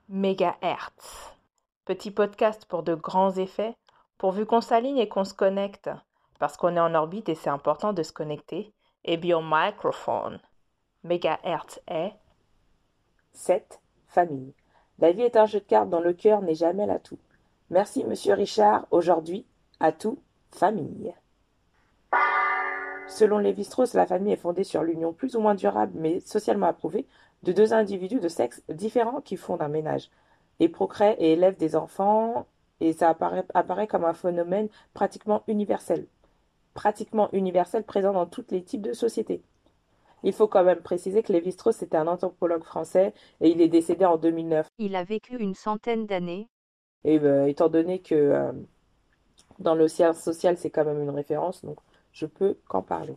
Mégahertz. Petit podcast pour de grands effets, pourvu qu'on s'aligne et qu'on se connecte, parce qu'on est en orbite et c'est important de se connecter. Et bien, microphone. Mégahertz est Sept familles. La vie est un jeu de cartes dont le cœur n'est jamais l'atout. Merci, monsieur Richard. Aujourd'hui, atout, famille. Selon Lévi-Strauss, la famille est fondée sur l'union plus ou moins durable, mais socialement approuvée, de deux individus de sexe différents qui fondent un ménage et procréent et élèvent des enfants, et ça apparaît comme un phénomène pratiquement universel présent dans tous les types de sociétés. Il faut quand même préciser que Lévi-Strauss était un anthropologue français et il est décédé en 2009. Il a vécu une centaine d'années. Et étant donné que dans le sciences social, c'est quand même une référence, donc je peux qu'en parler.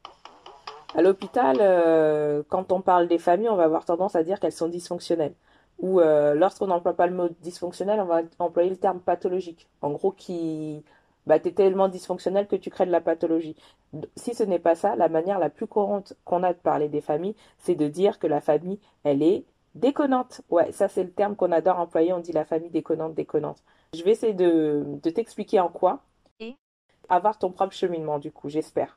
À l'hôpital, quand on parle des familles, on va avoir tendance à dire qu'elles sont dysfonctionnelles. Ou lorsqu'on n'emploie pas le mot dysfonctionnel, on va employer le terme pathologique. En gros, t'es tellement dysfonctionnel que tu crées de la pathologie. Si ce n'est pas ça, la manière la plus courante qu'on a de parler des familles, c'est de dire que la famille, elle est déconnante. Ouais, ça c'est le terme qu'on adore employer, on dit la famille déconnante, déconnante. Je vais essayer de t'expliquer en quoi. Et Avoir ton propre cheminement, du coup, j'espère.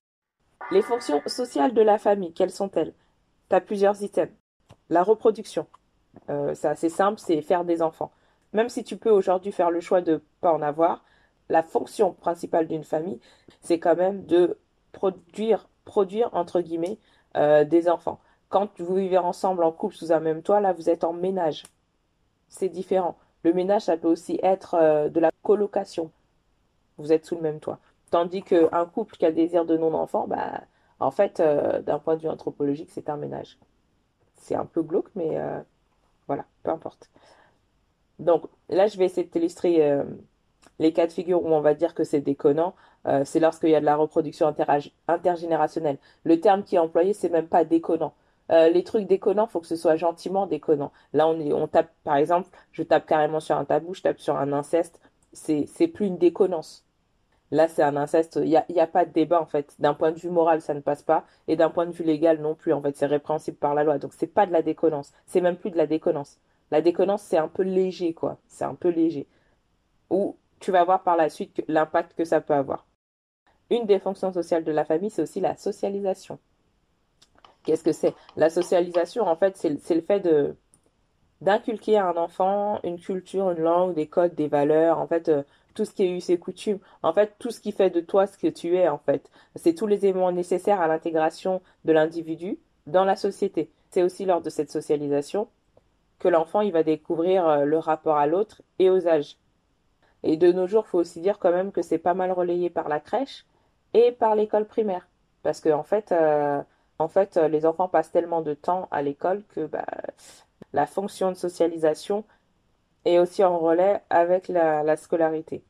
Les fonctions sociales de la famille, quelles sont-elles? Tu as plusieurs items. La reproduction, c'est assez simple, c'est faire des enfants. Même si tu peux aujourd'hui faire le choix de ne pas en avoir, la fonction principale d'une famille, c'est quand même de produire entre guillemets, des enfants. Quand vous vivez ensemble en couple sous un même toit, là, vous êtes en ménage. C'est différent. Le ménage, ça peut aussi être de la colocation. Vous êtes sous le même toit. Tandis qu'un couple qui a le désir de non-enfant, bah, en fait, d'un point de vue anthropologique, c'est un ménage. C'est un peu glauque, mais voilà, peu importe. Donc là, je vais essayer de t'illustrer les cas de figure où on va dire que c'est déconnant. C'est lorsqu'il y a de la reproduction intergénérationnelle. Le terme qui est employé, c'est même pas déconnant. Les trucs déconnants, faut que ce soit gentiment déconnant. Là, on tape, par exemple, je tape carrément sur un tabou, je tape sur un inceste. C'est plus une déconnance. Là, c'est un inceste. Il y a pas de débat, en fait. D'un point de vue moral, ça ne passe pas. Et d'un point de vue légal, non plus. En fait, c'est répréhensible par la loi. Donc, c'est pas de la déconnance. C'est même plus de la déconnance. La déconnance, c'est un peu léger, quoi. C'est un peu léger. Ou tu vas voir par la suite l'impact que ça peut avoir. Une des fonctions sociales de la famille, c'est aussi la socialisation. Qu'est-ce que c'est? La socialisation, en fait, c'est le fait d'inculquer à un enfant une culture, une langue, des codes, des valeurs, en fait, tout ce qui est us et coutumes, en fait, tout ce qui fait de toi ce que tu es, en fait. C'est tous les éléments nécessaires à l'intégration de l'individu dans la société. C'est aussi lors de cette socialisation que l'enfant, il va découvrir le rapport à l'autre et aux âges. Et de nos jours, il faut aussi dire quand même que c'est pas mal relayé par la crèche et par l'école primaire. Parce que, en fait, les enfants passent tellement de temps à l'école que bah, la fonction de socialisation et aussi en relais avec la scolarité.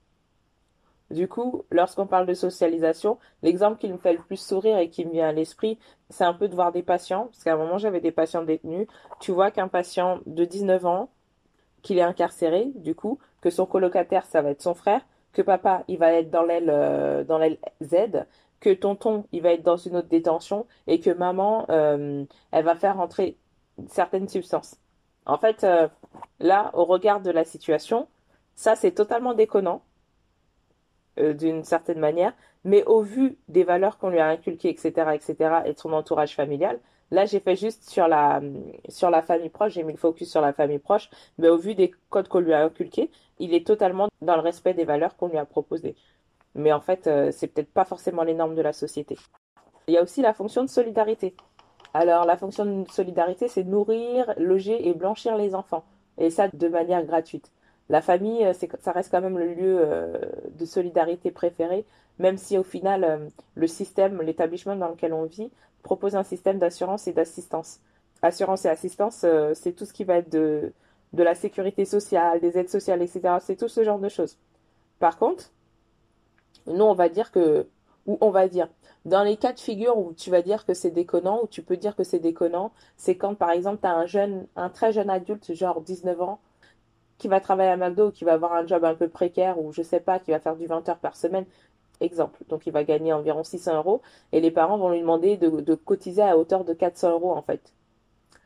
Du coup, lorsqu'on parle de socialisation, l'exemple qui me fait le plus sourire et qui me vient à l'esprit, c'est un peu de voir des patients, parce qu'à un moment j'avais des patients détenus. Tu vois qu'un patient de 19 ans, qu'il est incarcéré, du coup, que son colocataire, ça va être son frère, que papa, il va être dans l'aile Z, que tonton, il va être dans une autre détention, et que maman, elle va faire rentrer certaines substances. En fait, là, au regard de la situation, ça, c'est totalement déconnant, d'une certaine manière, mais au vu des valeurs qu'on lui a inculquées, etc., etc., et de son entourage familial, là, j'ai fait juste sur la famille proche, j'ai mis le focus sur la famille proche, mais au vu des codes qu'on lui a inculqués, il est totalement dans le respect des valeurs qu'on lui a proposées. Mais en fait, c'est peut-être pas forcément les normes de la société. Il y a aussi la fonction de solidarité. Alors, la fonction de solidarité, c'est nourrir, loger et blanchir les enfants. Et ça, de manière gratuite. La famille, ça reste quand même le lieu de solidarité préféré, même si au final, le système, l'établissement dans lequel on vit, propose un système d'assurance et d'assistance. Assurance et assistance, c'est tout ce qui va être de la sécurité sociale, des aides sociales, etc. C'est tout ce genre de choses. Par contre, nous, on va dire que, ou on va dire, dans les cas de figure où tu vas dire que c'est déconnant, où tu peux dire que c'est déconnant, c'est quand, par exemple, tu as un très jeune adulte, genre 19 ans, qui va travailler à McDo ou qui va avoir un job un peu précaire ou je sais pas, qui va faire du 20 heures par semaine, exemple. Donc, il va gagner environ 600 € et les parents vont lui demander de cotiser à hauteur de 400 €, en fait.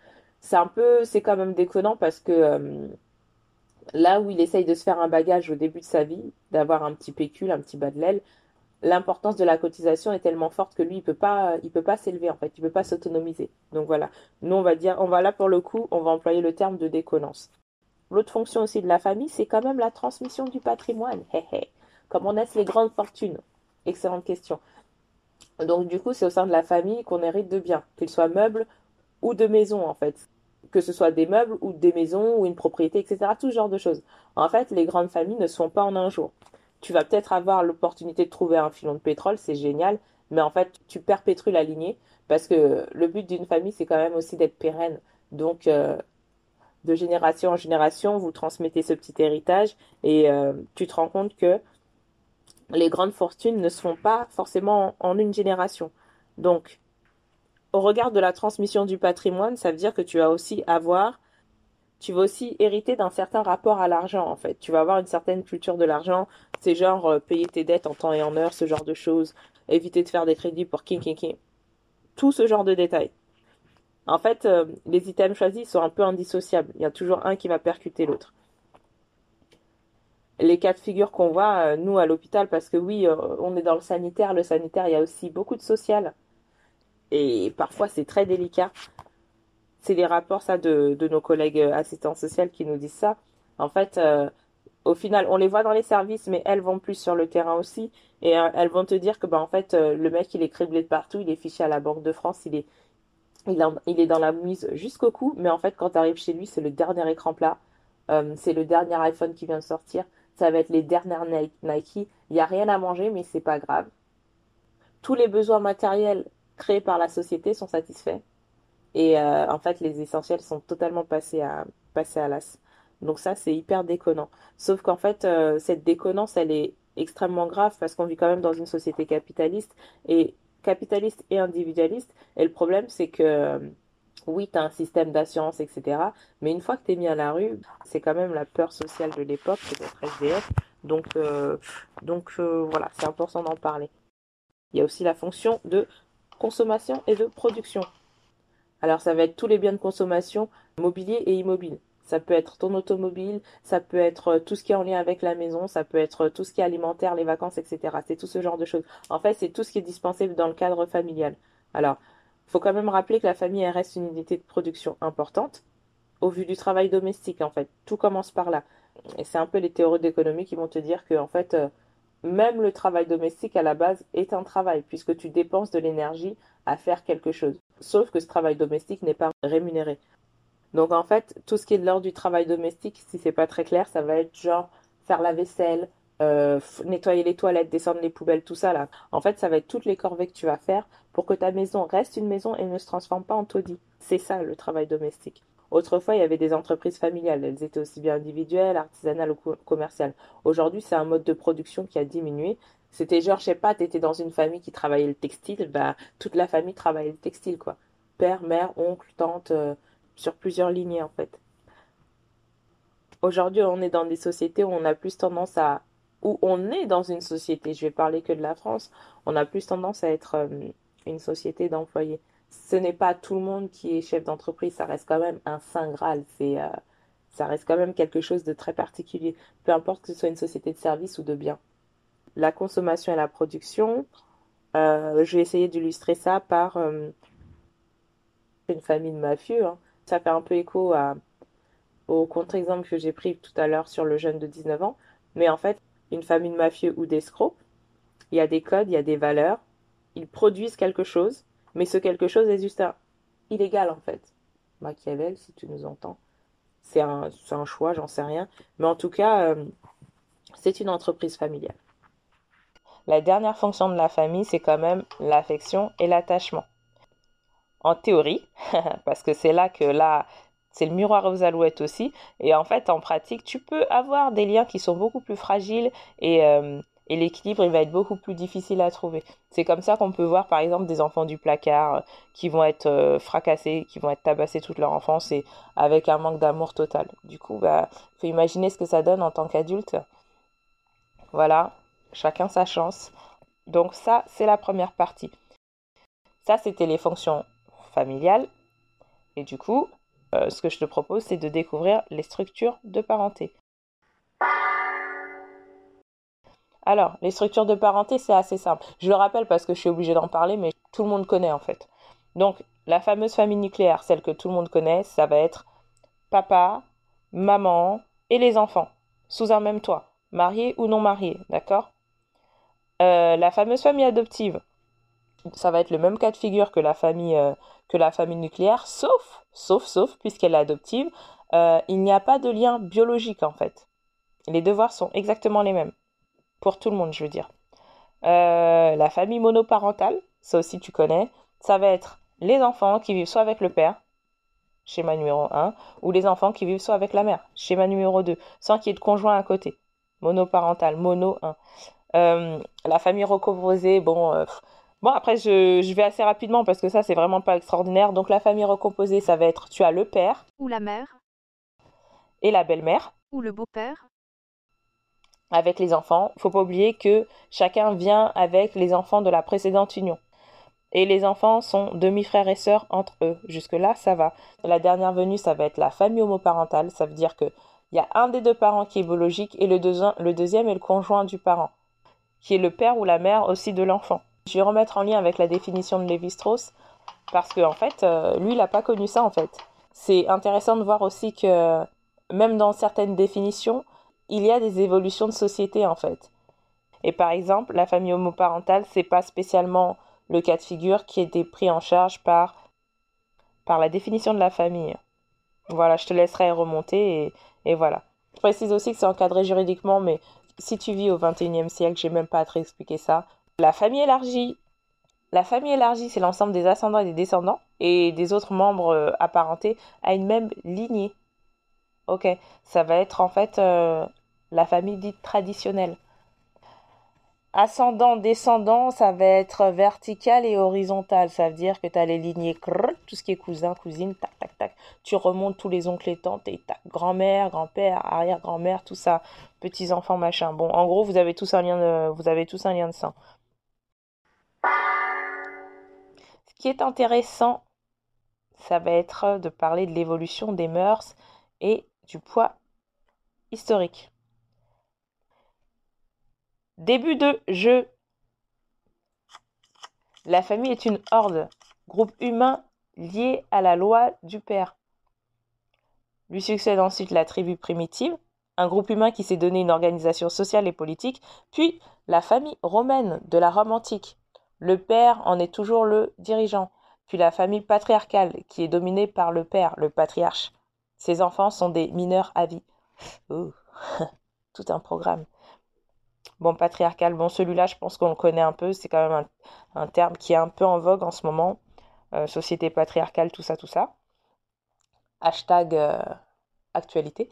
c'est quand même déconnant parce que là où il essaye de se faire un bagage au début de sa vie, d'avoir un petit pécule, un petit bas de l'aile, l'importance de la cotisation est tellement forte que lui, il peut pas s'élever en fait, il peut pas s'autonomiser. Donc voilà, nous on va dire, on va là pour le coup, on va employer le terme de déconnance. L'autre fonction aussi de la famille, c'est quand même la transmission du patrimoine. Hé hé. Comment naissent les grandes fortunes? Excellente question. Donc du coup, c'est au sein de la famille qu'on hérite de biens, qu'ils soient meubles ou de maisons en fait. Que ce soit des meubles ou des maisons ou une propriété, etc. Tout ce genre de choses. En fait, les grandes familles ne se font pas en un jour. Tu vas peut-être avoir l'opportunité de trouver un filon de pétrole, c'est génial, mais en fait, tu perpétues la lignée parce que le but d'une famille, c'est quand même aussi d'être pérenne. Donc, de génération en génération, vous transmettez ce petit héritage et tu te rends compte que les grandes fortunes ne se font pas forcément en une génération. Donc, au regard de la transmission du patrimoine, ça veut dire que tu vas aussi hériter d'un certain rapport à l'argent, en fait. Tu vas avoir une certaine culture de l'argent. C'est genre payer tes dettes en temps et en heure, ce genre de choses. Éviter de faire des crédits pour king. Tout ce genre de détails. En fait, les items choisis sont un peu indissociables. Il y a toujours un qui va percuter l'autre. Les cas de figure qu'on voit, nous, à l'hôpital, parce que oui, on est dans le sanitaire. Le sanitaire, il y a aussi beaucoup de social. Et parfois, c'est très délicat. C'est les rapports, ça, de nos collègues assistants sociaux qui nous disent ça. En fait, au final, on les voit dans les services, mais elles vont plus sur le terrain aussi. Et elles vont te dire que, bah, en fait, le mec, il est criblé de partout. Il est fiché à la Banque de France. Il est dans la mouise jusqu'au cou. Mais en fait, quand tu arrives chez lui, c'est le dernier écran plat. C'est le dernier iPhone qui vient de sortir. Ça va être les dernières Nike. Il n'y a rien à manger, mais c'est pas grave. Tous les besoins matériels créés par la société sont satisfaits. Et en fait, les essentiels sont totalement passés à l'as. Donc ça, c'est hyper déconnant. Sauf qu'en fait, cette déconnance, elle est extrêmement grave parce qu'on vit quand même dans une société capitaliste et individualiste. Et le problème, c'est que oui, tu as un système d'assurance, etc. Mais une fois que tu es mis à la rue, c'est quand même la peur sociale de l'époque, c'est d'être SDF. Donc voilà, c'est important d'en parler. Il y a aussi la fonction de consommation et de production. Alors, ça va être tous les biens de consommation, mobiliers et immobiliers. Ça peut être ton automobile, ça peut être tout ce qui est en lien avec la maison, ça peut être tout ce qui est alimentaire, les vacances, etc. C'est tout ce genre de choses. En fait, c'est tout ce qui est dispensé dans le cadre familial. Alors, il faut quand même rappeler que la famille, elle reste une unité de production importante au vu du travail domestique, en fait. Tout commence par là. Et c'est un peu les théories d'économie qui vont te dire que, en fait, même le travail domestique à la base est un travail, puisque tu dépenses de l'énergie à faire quelque chose. Sauf que ce travail domestique n'est pas rémunéré. Donc en fait, tout ce qui est de l'ordre du travail domestique, si c'est pas très clair, ça va être genre faire la vaisselle, nettoyer les toilettes, descendre les poubelles, tout ça là. En fait, ça va être toutes les corvées que tu vas faire pour que ta maison reste une maison et ne se transforme pas en taudis. C'est ça le travail domestique. Autrefois, il y avait des entreprises familiales. Elles étaient aussi bien individuelles, artisanales ou commerciales. Aujourd'hui, c'est un mode de production qui a diminué. C'était genre, je sais pas, t'étais dans une famille qui travaillait le textile, bah toute la famille travaillait le textile, quoi. Père, mère, oncle, tante, sur plusieurs lignées en fait. Aujourd'hui, on est dans des sociétés où on a plus tendance à... Où on est dans une société, je vais parler que de la France, on a plus tendance à être une société d'employés. Ce n'est pas tout le monde qui est chef d'entreprise, ça reste quand même un saint Graal, ça reste quand même quelque chose de très particulier, peu importe que ce soit une société de services ou de biens. La consommation et la production, je vais essayer d'illustrer ça par une famille de mafieux, hein. Ça fait un peu écho au contre-exemple que j'ai pris tout à l'heure sur le jeune de 19 ans. Mais en fait, une famille de mafieux ou d'escrocs, il y a des codes, il y a des valeurs. Ils produisent quelque chose, mais ce quelque chose est juste illégal en fait. Machiavel, si tu nous entends. C'est un choix, j'en sais rien. Mais en tout cas, c'est une entreprise familiale. La dernière fonction de la famille, c'est quand même l'affection et l'attachement. En théorie, parce que c'est le miroir aux alouettes aussi. Et en fait, en pratique, tu peux avoir des liens qui sont beaucoup plus fragiles et l'équilibre, il va être beaucoup plus difficile à trouver. C'est comme ça qu'on peut voir, par exemple, des enfants du placard qui vont être fracassés, qui vont être tabassés toute leur enfance et avec un manque d'amour total. Du coup, bah, faut imaginer ce que ça donne en tant qu'adulte. Voilà, chacun sa chance. Donc ça, c'est la première partie. Ça, c'était les fonctions familiales. Et du coup, Ce que je te propose, c'est de découvrir les structures de parenté. Alors, les structures de parenté, c'est assez simple. Je le rappelle parce que je suis obligée d'en parler, mais tout le monde connaît en fait. Donc, la fameuse famille nucléaire, celle que tout le monde connaît, ça va être papa, maman et les enfants, sous un même toit, mariés ou non mariés, d'accord? La fameuse famille adoptive, ça va être le même cas de figure que la famille nucléaire, sauf, puisqu'elle est adoptive, il n'y a pas de lien biologique en fait. Les devoirs sont exactement les mêmes. Pour tout le monde, je veux dire. La famille monoparentale, ça aussi tu connais, ça va être les enfants qui vivent soit avec le père, schéma numéro 1, ou les enfants qui vivent soit avec la mère, schéma numéro 2, sans qu'il y ait de conjoint à côté. Monoparental, mono 1. La famille recomposée, bon, après je vais assez rapidement parce que ça c'est vraiment pas extraordinaire. Donc la famille recomposée, ça va être, tu as le père Ou la mère, et la belle-mère ou le beau-père, avec les enfants. Faut pas oublier que chacun vient avec les enfants de la précédente union. Et les enfants sont demi-frères et sœurs entre eux. Jusque-là, ça va. La dernière venue, ça va être la famille homoparentale. Ça veut dire qu'il y a un des deux parents qui est biologique et le deuxième est le conjoint du parent, qui est le père ou la mère aussi de l'enfant. Je vais remettre en lien avec la définition de Lévi-Strauss parce qu'en fait, lui, il n'a pas connu ça en fait. C'est intéressant de voir aussi que même dans certaines définitions, il y a des évolutions de société en fait. Et par exemple, la famille homoparentale, c'est pas spécialement le cas de figure qui était pris en charge par la définition de la famille. Voilà, je te laisserai remonter et voilà. Je précise aussi que c'est encadré juridiquement, mais si tu vis au XXIe siècle, j'ai même pas à te réexpliquer ça. La famille élargie. La famille élargie, c'est l'ensemble des ascendants et des descendants et des autres membres apparentés à une même lignée. Ok, ça va être en fait la famille dite traditionnelle. Ascendant, descendant, ça va être vertical et horizontal. Ça veut dire que tu as les lignées, tout ce qui est cousin, cousine, tac, tac, tac. Tu remontes tous les oncles et tantes et tac, grand-mère, grand-père, arrière-grand-mère, tout ça, petits-enfants, machin. Bon, en gros, vous avez tous un lien de sang. Ce qui est intéressant, ça va être de parler de l'évolution des mœurs et du poids historique. Début de jeu. La famille est une horde, groupe humain lié à la loi du père. Lui succède ensuite la tribu primitive, un groupe humain qui s'est donné une organisation sociale et politique, puis la famille romaine de la Rome antique. Le père en est toujours le dirigeant, puis la famille patriarcale qui est dominée par le père, le patriarche. Ses enfants sont des mineurs à vie. Oh, tout un programme. Bon, patriarcal, bon, celui-là, je pense qu'on le connaît un peu. C'est quand même un terme qui est un peu en vogue en ce moment. Société patriarcale, tout ça, tout ça. Hashtag actualité.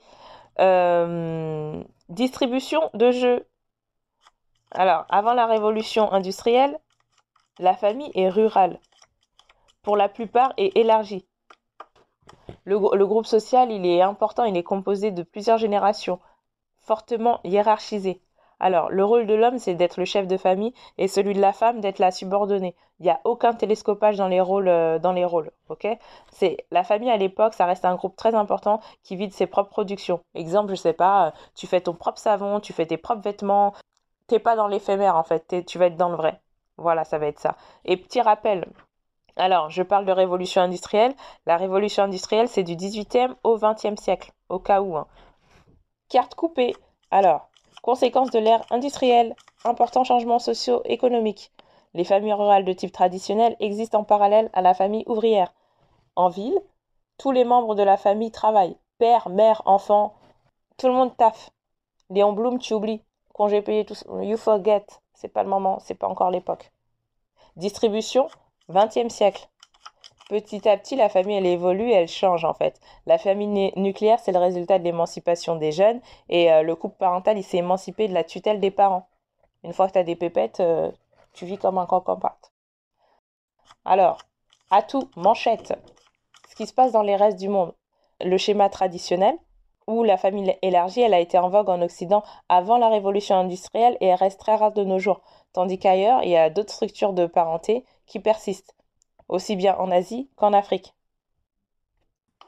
Distribution de jeux. Alors, avant la révolution industrielle, la famille est rurale. Pour la plupart, est élargie. Le groupe social, il est important, il est composé de plusieurs générations, fortement hiérarchisé. Alors, le rôle de l'homme, c'est d'être le chef de famille et celui de la femme d'être la subordonnée. Il n'y a aucun télescopage dans les rôles, ok? C'est la famille à l'époque, ça reste un groupe très important qui vit de ses propres productions. Exemple, je sais pas, tu fais ton propre savon, tu fais tes propres vêtements. T'es pas dans l'éphémère en fait, tu vas être dans le vrai. Voilà, ça va être ça. Et petit rappel. Alors, je parle de révolution industrielle. La révolution industrielle, c'est du 18e au 20e siècle, au cas où. Carte coupée. Alors, conséquences de l'ère industrielle, importants changements socio-économiques. Les familles rurales de type traditionnel existent en parallèle à la famille ouvrière. En ville, tous les membres de la famille travaillent. Père, mère, enfant, tout le monde taffe. Léon Blum, tu oublies. Congé payé, tout ça. You forget. C'est pas le moment, c'est pas encore l'époque. Distribution, 20e siècle. Petit à petit, la famille, elle évolue et elle change en fait. La famille nucléaire, c'est le résultat de l'émancipation des jeunes et le couple parental, il s'est émancipé de la tutelle des parents. Une fois que tu as des pépettes, tu vis comme un camping-pâte. Alors, atout, manchette. Ce qui se passe dans les restes du monde. Le schéma traditionnel, où la famille élargie, elle a été en vogue en Occident avant la révolution industrielle et elle reste très rare de nos jours. Tandis qu'ailleurs, il y a d'autres structures de parenté qui persistent, aussi bien en Asie qu'en Afrique.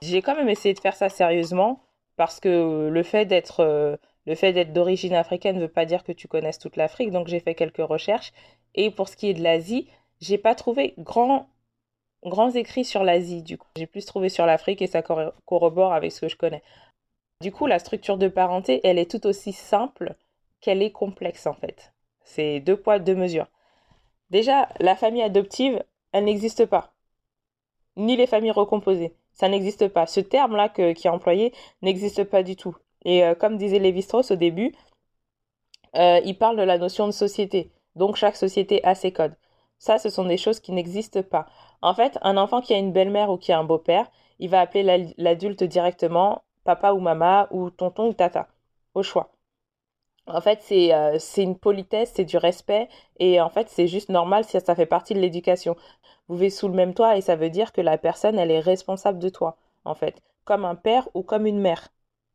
J'ai quand même essayé de faire ça sérieusement parce que le fait d'être d'origine africaine ne veut pas dire que tu connaisses toute l'Afrique. Donc j'ai fait quelques recherches. Et pour ce qui est de l'Asie, j'ai pas trouvé grands écrits sur l'Asie. Du coup, j'ai plus trouvé sur l'Afrique et ça corrobore avec ce que je connais. Du coup, la structure de parenté, elle est tout aussi simple qu'elle est complexe en fait. C'est deux poids, deux mesures. Déjà, la famille adoptive, elle n'existe pas. Ni les familles recomposées. Ça n'existe pas. Ce terme-là qui est employé n'existe pas du tout. Et comme disait Lévi-Strauss au début, il parle de la notion de société. Donc chaque société a ses codes. Ça, ce sont des choses qui n'existent pas. En fait, un enfant qui a une belle-mère ou qui a un beau-père, il va appeler l'adulte directement papa ou maman ou tonton ou tata, au choix. En fait, c'est une politesse, c'est du respect et en fait, c'est juste normal si ça fait partie de l'éducation. Vous vivez sous le même toit et ça veut dire que la personne, elle est responsable de toi, en fait, comme un père ou comme une mère.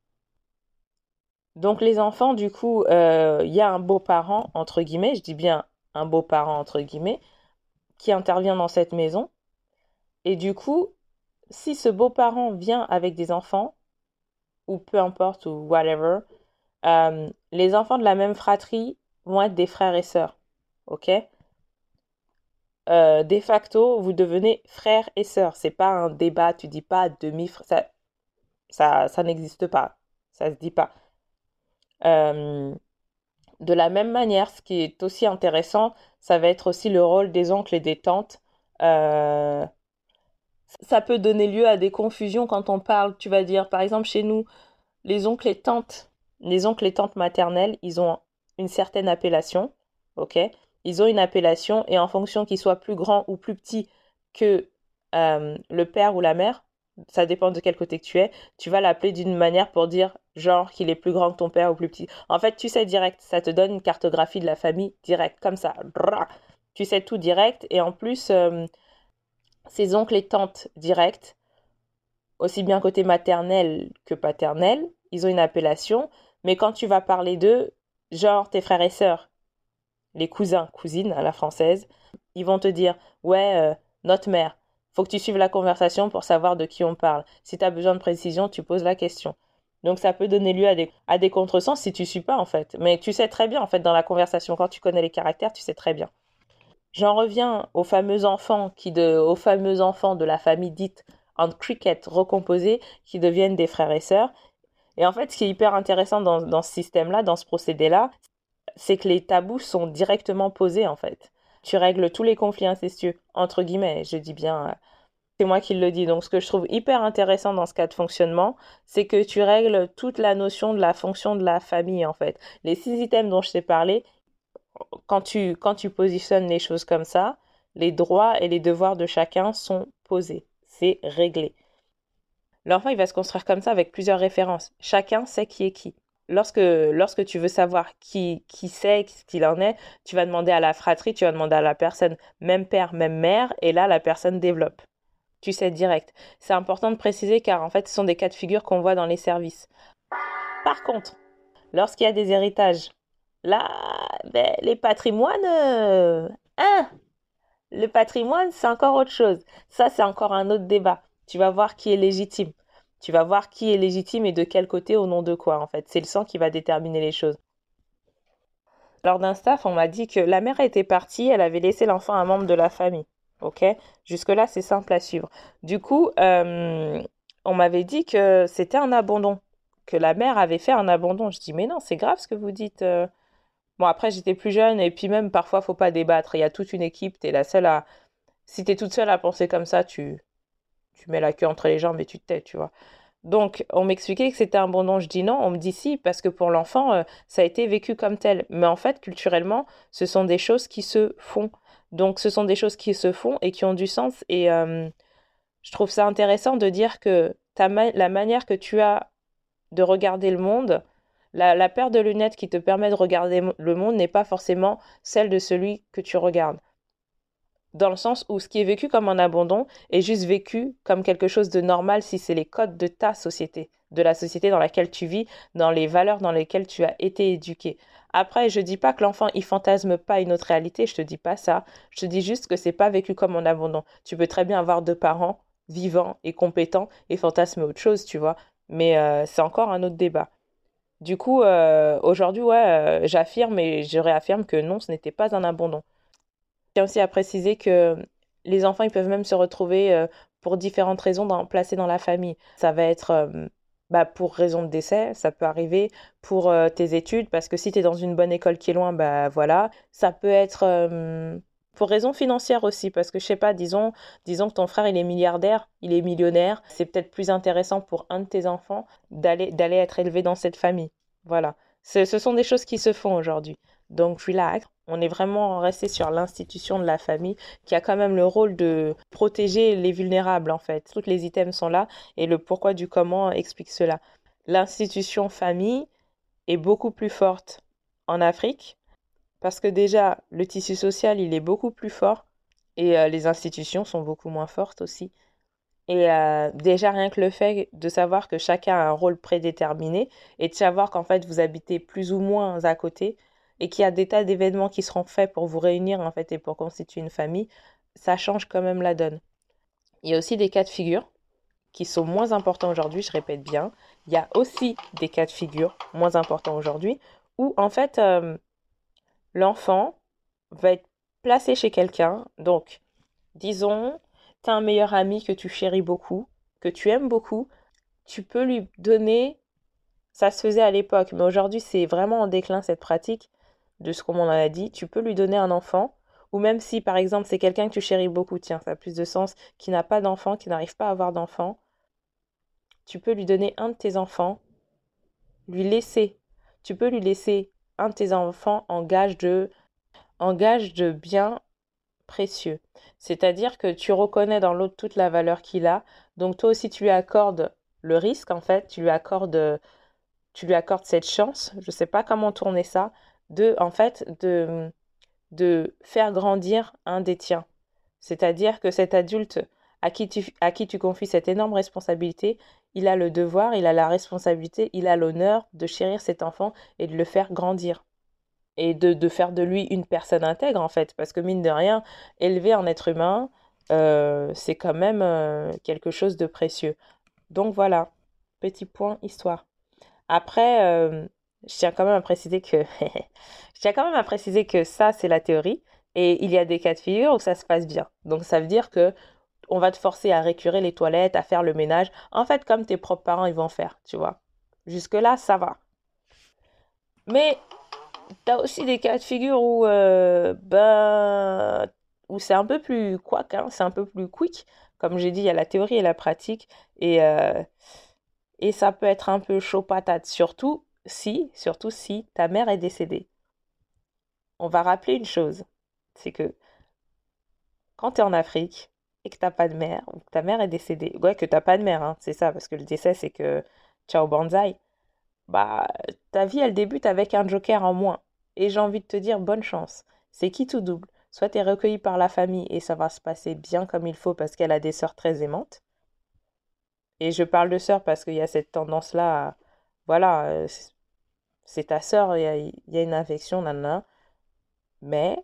Donc les enfants, du coup, il y a un beau-parent, entre guillemets, je dis bien un beau-parent, entre guillemets, qui intervient dans cette maison. Et du coup, si ce beau-parent vient avec des enfants, ou peu importe, ou whatever, les enfants de la même fratrie vont être des frères et sœurs. Ok? De facto, vous devenez frères et sœurs. C'est pas un débat, tu dis pas demi-frère. Ça n'existe pas. Ça se dit pas. Euh, de la même manière, ce qui est aussi intéressant, ça va être aussi le rôle des oncles et des tantes. Euh, Ça peut donner lieu à des confusions quand on parle. Tu vas dire, par exemple, chez nous, les oncles et tantes, les oncles et tantes maternelles, ils ont une certaine appellation, ok? Ils ont une appellation et en fonction qu'ils soient plus grands ou plus petits que le père ou la mère, ça dépend de quel côté que tu vas l'appeler d'une manière pour dire genre qu'il est plus grand que ton père ou plus petit. En fait, tu sais direct, ça te donne une cartographie de la famille direct, comme ça. Tu sais tout direct et en plus, ces oncles et tantes directs, aussi bien côté maternel que paternel, ils ont une appellation, mais quand tu vas parler d'eux, genre tes frères et sœurs, les cousins, cousines à la française, ils vont te dire, ouais, notre mère, faut que tu suives la conversation pour savoir de qui on parle. Si tu as besoin de précision, tu poses la question. Donc ça peut donner lieu à des contresens si tu suis pas en fait. Mais tu sais très bien en fait dans la conversation, quand tu connais les caractères, tu sais très bien. J'en reviens aux fameux enfants de la famille dite en cricket recomposée qui deviennent des frères et sœurs. Et en fait, ce qui est hyper intéressant dans ce système-là, dans ce procédé-là, c'est que les tabous sont directement posés en fait. Tu règles tous les conflits incestueux, entre guillemets, je dis bien, c'est moi qui le dis. Donc ce que je trouve hyper intéressant dans ce cas de fonctionnement, c'est que tu règles toute la notion de la fonction de la famille en fait. Les 6 items dont je t'ai parlé, quand tu positionnes les choses comme ça, les droits et les devoirs de chacun sont posés. C'est réglé. L'enfant, il va se construire comme ça avec plusieurs références. Chacun sait qui est qui. Lorsque tu veux savoir qui c'est, ce qu'il en est, tu vas demander à la fratrie, tu vas demander à la personne, même père, même mère, et là, la personne développe. Tu sais direct. C'est important de préciser car en fait, ce sont des cas de figure qu'on voit dans les services. Par contre, lorsqu'il y a des héritages, là, ben, les patrimoines, hein, le patrimoine, c'est encore autre chose. Ça, c'est encore un autre débat. Tu vas voir qui est légitime. Tu vas voir qui est légitime et de quel côté, au nom de quoi, en fait. C'est le sang qui va déterminer les choses. Lors d'un staff, on m'a dit que la mère était partie, elle avait laissé l'enfant à un membre de la famille. Ok? Jusque-là, c'est simple à suivre. Du coup, on m'avait dit que c'était un abandon, que la mère avait fait un abandon. Je dis, mais non, c'est grave ce que vous dites. Bon, après, j'étais plus jeune et puis même, parfois, faut pas débattre. Il y a toute une équipe, t'es la seule à... Si t'es toute seule à penser comme ça, tu mets la queue entre les jambes et tu te tais, tu vois. Donc, on m'expliquait que c'était un abandon. Je dis non, on me dit si, parce que pour l'enfant, ça a été vécu comme tel. Mais en fait, culturellement, ce sont des choses qui se font. Donc, ce sont des choses qui se font et qui ont du sens. Et je trouve ça intéressant de dire que la manière que tu as de regarder le monde, la paire de lunettes qui te permet de regarder le monde n'est pas forcément celle de celui que tu regardes. Dans le sens où ce qui est vécu comme un abandon est juste vécu comme quelque chose de normal si c'est les codes de ta société, de la société dans laquelle tu vis, dans les valeurs dans lesquelles tu as été éduqué. Après, je dis pas que l'enfant il fantasme pas une autre réalité, je te dis pas ça. Je te dis juste que c'est pas vécu comme un abandon. Tu peux très bien avoir 2 parents vivant et compétent et fantasmer autre chose, tu vois. Mais c'est encore un autre débat. Du coup, aujourd'hui, ouais, j'affirme et je réaffirme que non, ce n'était pas un abandon. Je tiens aussi à préciser que les enfants, ils peuvent même se retrouver pour différentes raisons placés dans la famille. Ça va être pour raison de décès, ça peut arriver pour tes études, parce que si tu es dans une bonne école qui est loin, bah voilà. Ça peut être pour raison financière aussi, parce que je sais pas, disons que ton frère, il est milliardaire, il est millionnaire, c'est peut-être plus intéressant pour un de tes enfants d'aller être élevé dans cette famille. Voilà. Ce sont des choses qui se font aujourd'hui. Donc, relax. On est vraiment resté sur l'institution de la famille qui a quand même le rôle de protéger les vulnérables, en fait. Tous les items sont là et le pourquoi du comment explique cela. L'institution famille est beaucoup plus forte en Afrique parce que déjà, le tissu social, il est beaucoup plus fort et les institutions sont beaucoup moins fortes aussi. Et déjà, rien que le fait de savoir que chacun a un rôle prédéterminé et de savoir qu'en fait, vous habitez plus ou moins à côté et qu'il y a des tas d'événements qui seront faits pour vous réunir en fait et pour constituer une famille, ça change quand même la donne. Il y a aussi des cas de figure qui sont moins importants aujourd'hui, je répète bien. Il y a aussi des cas de figure moins importants aujourd'hui où en fait, l'enfant va être placé chez quelqu'un. Donc, disons, tu as un meilleur ami que tu chéris beaucoup, que tu aimes beaucoup, tu peux lui donner, ça se faisait à l'époque, mais aujourd'hui c'est vraiment en déclin cette pratique de ce qu'on m'en a dit, tu peux lui donner un enfant, ou même si par exemple c'est quelqu'un que tu chéris beaucoup, tiens, ça a plus de sens, qui n'a pas d'enfant, qui n'arrive pas à avoir d'enfant, tu peux lui donner un de tes enfants, tu peux lui laisser un de tes enfants en gage de bien précieux. C'est-à-dire que tu reconnais dans l'autre toute la valeur qu'il a. Donc toi aussi, tu lui accordes le risque, en fait. Tu lui accordes cette chance. Je ne sais pas comment tourner ça. En fait, de faire grandir un des tiens. C'est-à-dire que cet adulte à qui tu confies cette énorme responsabilité, il a le devoir, il a la responsabilité, il a l'honneur de chérir cet enfant et de le faire grandir et de faire de lui une personne intègre en fait, parce que mine de rien, élever un être humain, c'est quand même quelque chose de précieux. Donc voilà, petit point histoire. Après, je tiens quand même à préciser que je tiens quand même à préciser que ça c'est la théorie et il y a des cas de figure où ça se passe bien. Donc ça veut dire que on va te forcer à récurer les toilettes, à faire le ménage, en fait comme tes propres parents ils vont faire, tu vois. Jusque là, ça va. Mais t'as aussi des cas de figure où c'est un peu plus couac, hein, c'est un peu plus quick. Comme j'ai dit, il y a la théorie et la pratique. Et ça peut être un peu chaud patate, surtout si ta mère est décédée. On va rappeler une chose, c'est que quand tu es en Afrique et que t'as pas de mère, ou que ta mère est décédée, ouais, que t'as pas de mère, hein, c'est ça, parce que le décès, c'est que ciao banzai, bah, ta vie, elle débute avec un joker en moins. Et j'ai envie de te dire bonne chance. C'est qui tout double. Soit tu es recueilli par la famille et ça va se passer bien comme il faut parce qu'elle a des sœurs très aimantes. Et je parle de sœurs parce qu'il y a cette tendance-là voilà, c'est ta sœur, il y a une infection, nanana. Mais,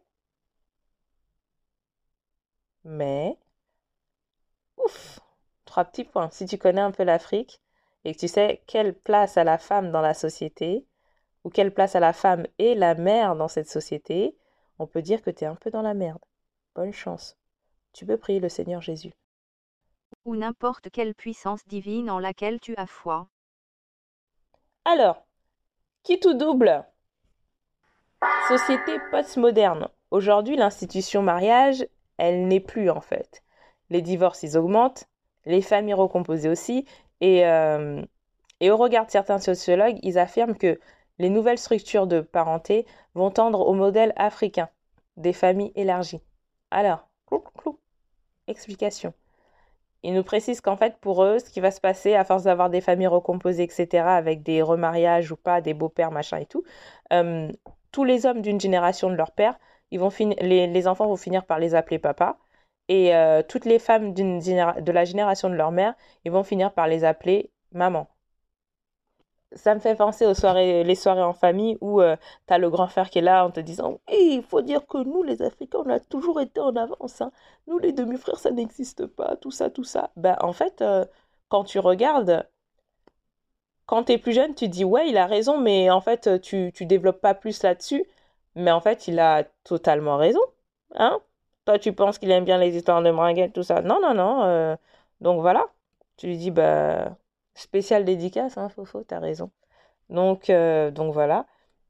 mais, ouf, trois petits points. Si tu connais un peu l'Afrique et que tu sais quelle place a la femme dans la société, ou quelle place a la femme et la mère dans cette société, on peut dire que tu es un peu dans la merde. Bonne chance. Tu peux prier le Seigneur Jésus. Ou n'importe quelle puissance divine en laquelle tu as foi. Alors, qui tout double? Société postmoderne. Aujourd'hui, l'institution mariage, elle n'est plus en fait. Les divorces, ils augmentent, les familles recomposées aussi, et au regard de certains sociologues, ils affirment que les nouvelles structures de parenté vont tendre au modèle africain, des familles élargies. Alors, clou, explication. Ils nous précisent qu'en fait, pour eux, ce qui va se passer, à force d'avoir des familles recomposées, etc., avec des remariages ou pas, des beaux-pères, machin et tout, tous les hommes d'une génération de leur père, les enfants vont finir par les appeler papa, et toutes les femmes de la génération de leur mère, ils vont finir par les appeler maman. Ça me fait penser les soirées en famille où t'as le grand frère qui est là en te disant il faut dire que nous, les Africains, on a toujours été en avance. Hein. Nous, les demi-frères, ça n'existe pas, tout ça, tout ça. Ben, en fait, quand tu regardes, quand t'es plus jeune, tu dis ouais, il a raison, mais en fait, tu développes pas plus là-dessus. Mais en fait, il a totalement raison. Hein? Toi, tu penses qu'il aime bien les histoires de bringuettes, tout ça. Non, non, non. Donc voilà. Tu lui dis, bah, spécial dédicace, hein, Fofo, t'as raison. Donc voilà.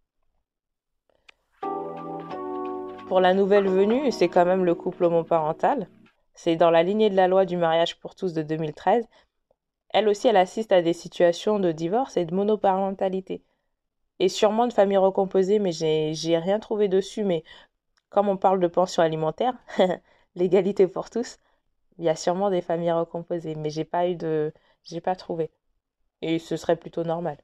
Pour la nouvelle venue, c'est quand même le couple homoparental. C'est dans la lignée de la loi du mariage pour tous de 2013. Elle aussi, elle assiste à des situations de divorce et de monoparentalité. Et sûrement de familles recomposées, mais j'ai rien trouvé dessus. Mais comme on parle de pension alimentaire, l'égalité pour tous, il y a sûrement des familles recomposées. Mais j'ai pas trouvé. Et ce serait plutôt normal.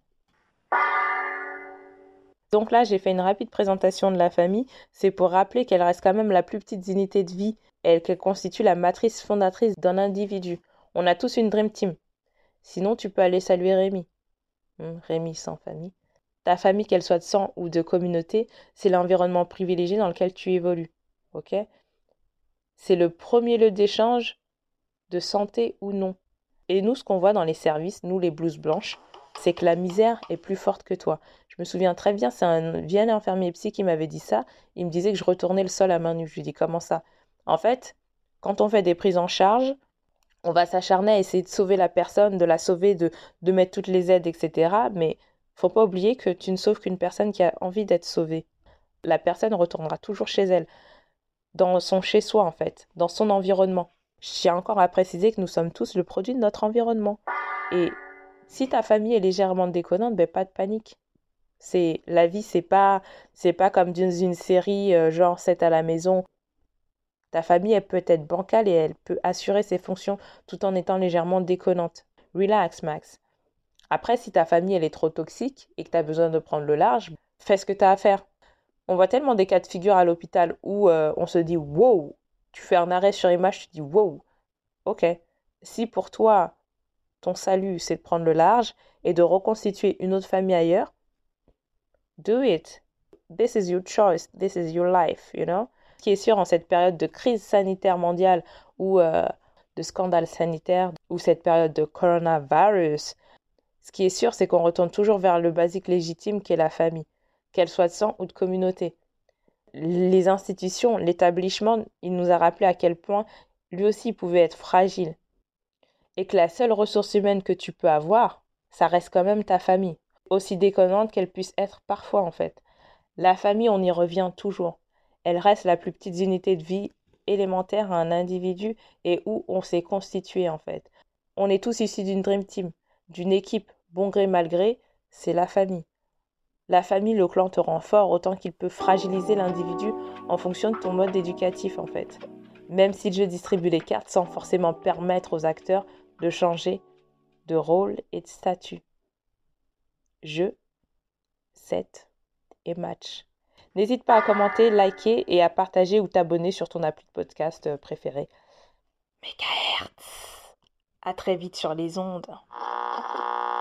Donc là, j'ai fait une rapide présentation de la famille. C'est pour rappeler qu'elle reste quand même la plus petite unité de vie et qu'elle constitue la matrice fondatrice d'un individu. On a tous une Dream Team. Sinon, tu peux aller saluer Rémi. Rémi sans famille. Ta famille, qu'elle soit de sang ou de communauté, c'est l'environnement privilégié dans lequel tu évolues. Ok? C'est le premier lieu d'échange de santé ou non. Et nous, ce qu'on voit dans les services, nous les blouses blanches, c'est que la misère est plus forte que toi. Je me souviens très bien, c'est un vieil infirmier psy qui m'avait dit ça. Il me disait que je retournais le sol à main nue. Je lui dis comment ça? En fait, quand on fait des prises en charge, on va s'acharner à essayer de sauver la personne, de la sauver, de mettre toutes les aides, etc. Mais faut pas oublier que tu ne sauves qu'une personne qui a envie d'être sauvée. La personne retournera toujours chez elle, dans son chez-soi en fait, dans son environnement. Je tiens encore à préciser que nous sommes tous le produit de notre environnement. Et si ta famille est légèrement déconnante, ben pas de panique. C'est la vie, c'est pas comme dans une série genre 7 à la maison. Ta famille, elle peut être bancale et elle peut assurer ses fonctions tout en étant légèrement déconnante. Relax, Max. Après, si ta famille, elle est trop toxique et que tu as besoin de prendre le large, fais ce que tu as à faire. On voit tellement des cas de figure à l'hôpital où on se dit wow, tu fais un arrêt sur image, tu te dis wow, ok. Si pour toi, ton salut, c'est de prendre le large et de reconstituer une autre famille ailleurs, do it. This is your choice, this is your life, you know. Ce qui est sûr en cette période de crise sanitaire mondiale ou de scandale sanitaire ou cette période de coronavirus, ce qui est sûr, c'est qu'on retourne toujours vers le basique légitime qui est la famille, qu'elle soit de sang ou de communauté. Les institutions, l'établissement, il nous a rappelé à quel point lui aussi pouvait être fragile. Et que la seule ressource humaine que tu peux avoir, ça reste quand même ta famille. Aussi déconnante qu'elle puisse être parfois en fait. La famille, on y revient toujours. Elle reste la plus petite unité de vie élémentaire à un individu et où on s'est constitué en fait. On est tous issus d'une Dream Team, d'une équipe, bon gré mal gré, c'est la famille. La famille, le clan te rend fort autant qu'il peut fragiliser l'individu en fonction de ton mode éducatif en fait. Même si le jeu distribue les cartes sans forcément permettre aux acteurs de changer de rôle et de statut. Jeu, set et match. N'hésite pas à commenter, liker et à partager ou t'abonner sur ton appli de podcast préféré. Mégahertz. À très vite sur les ondes.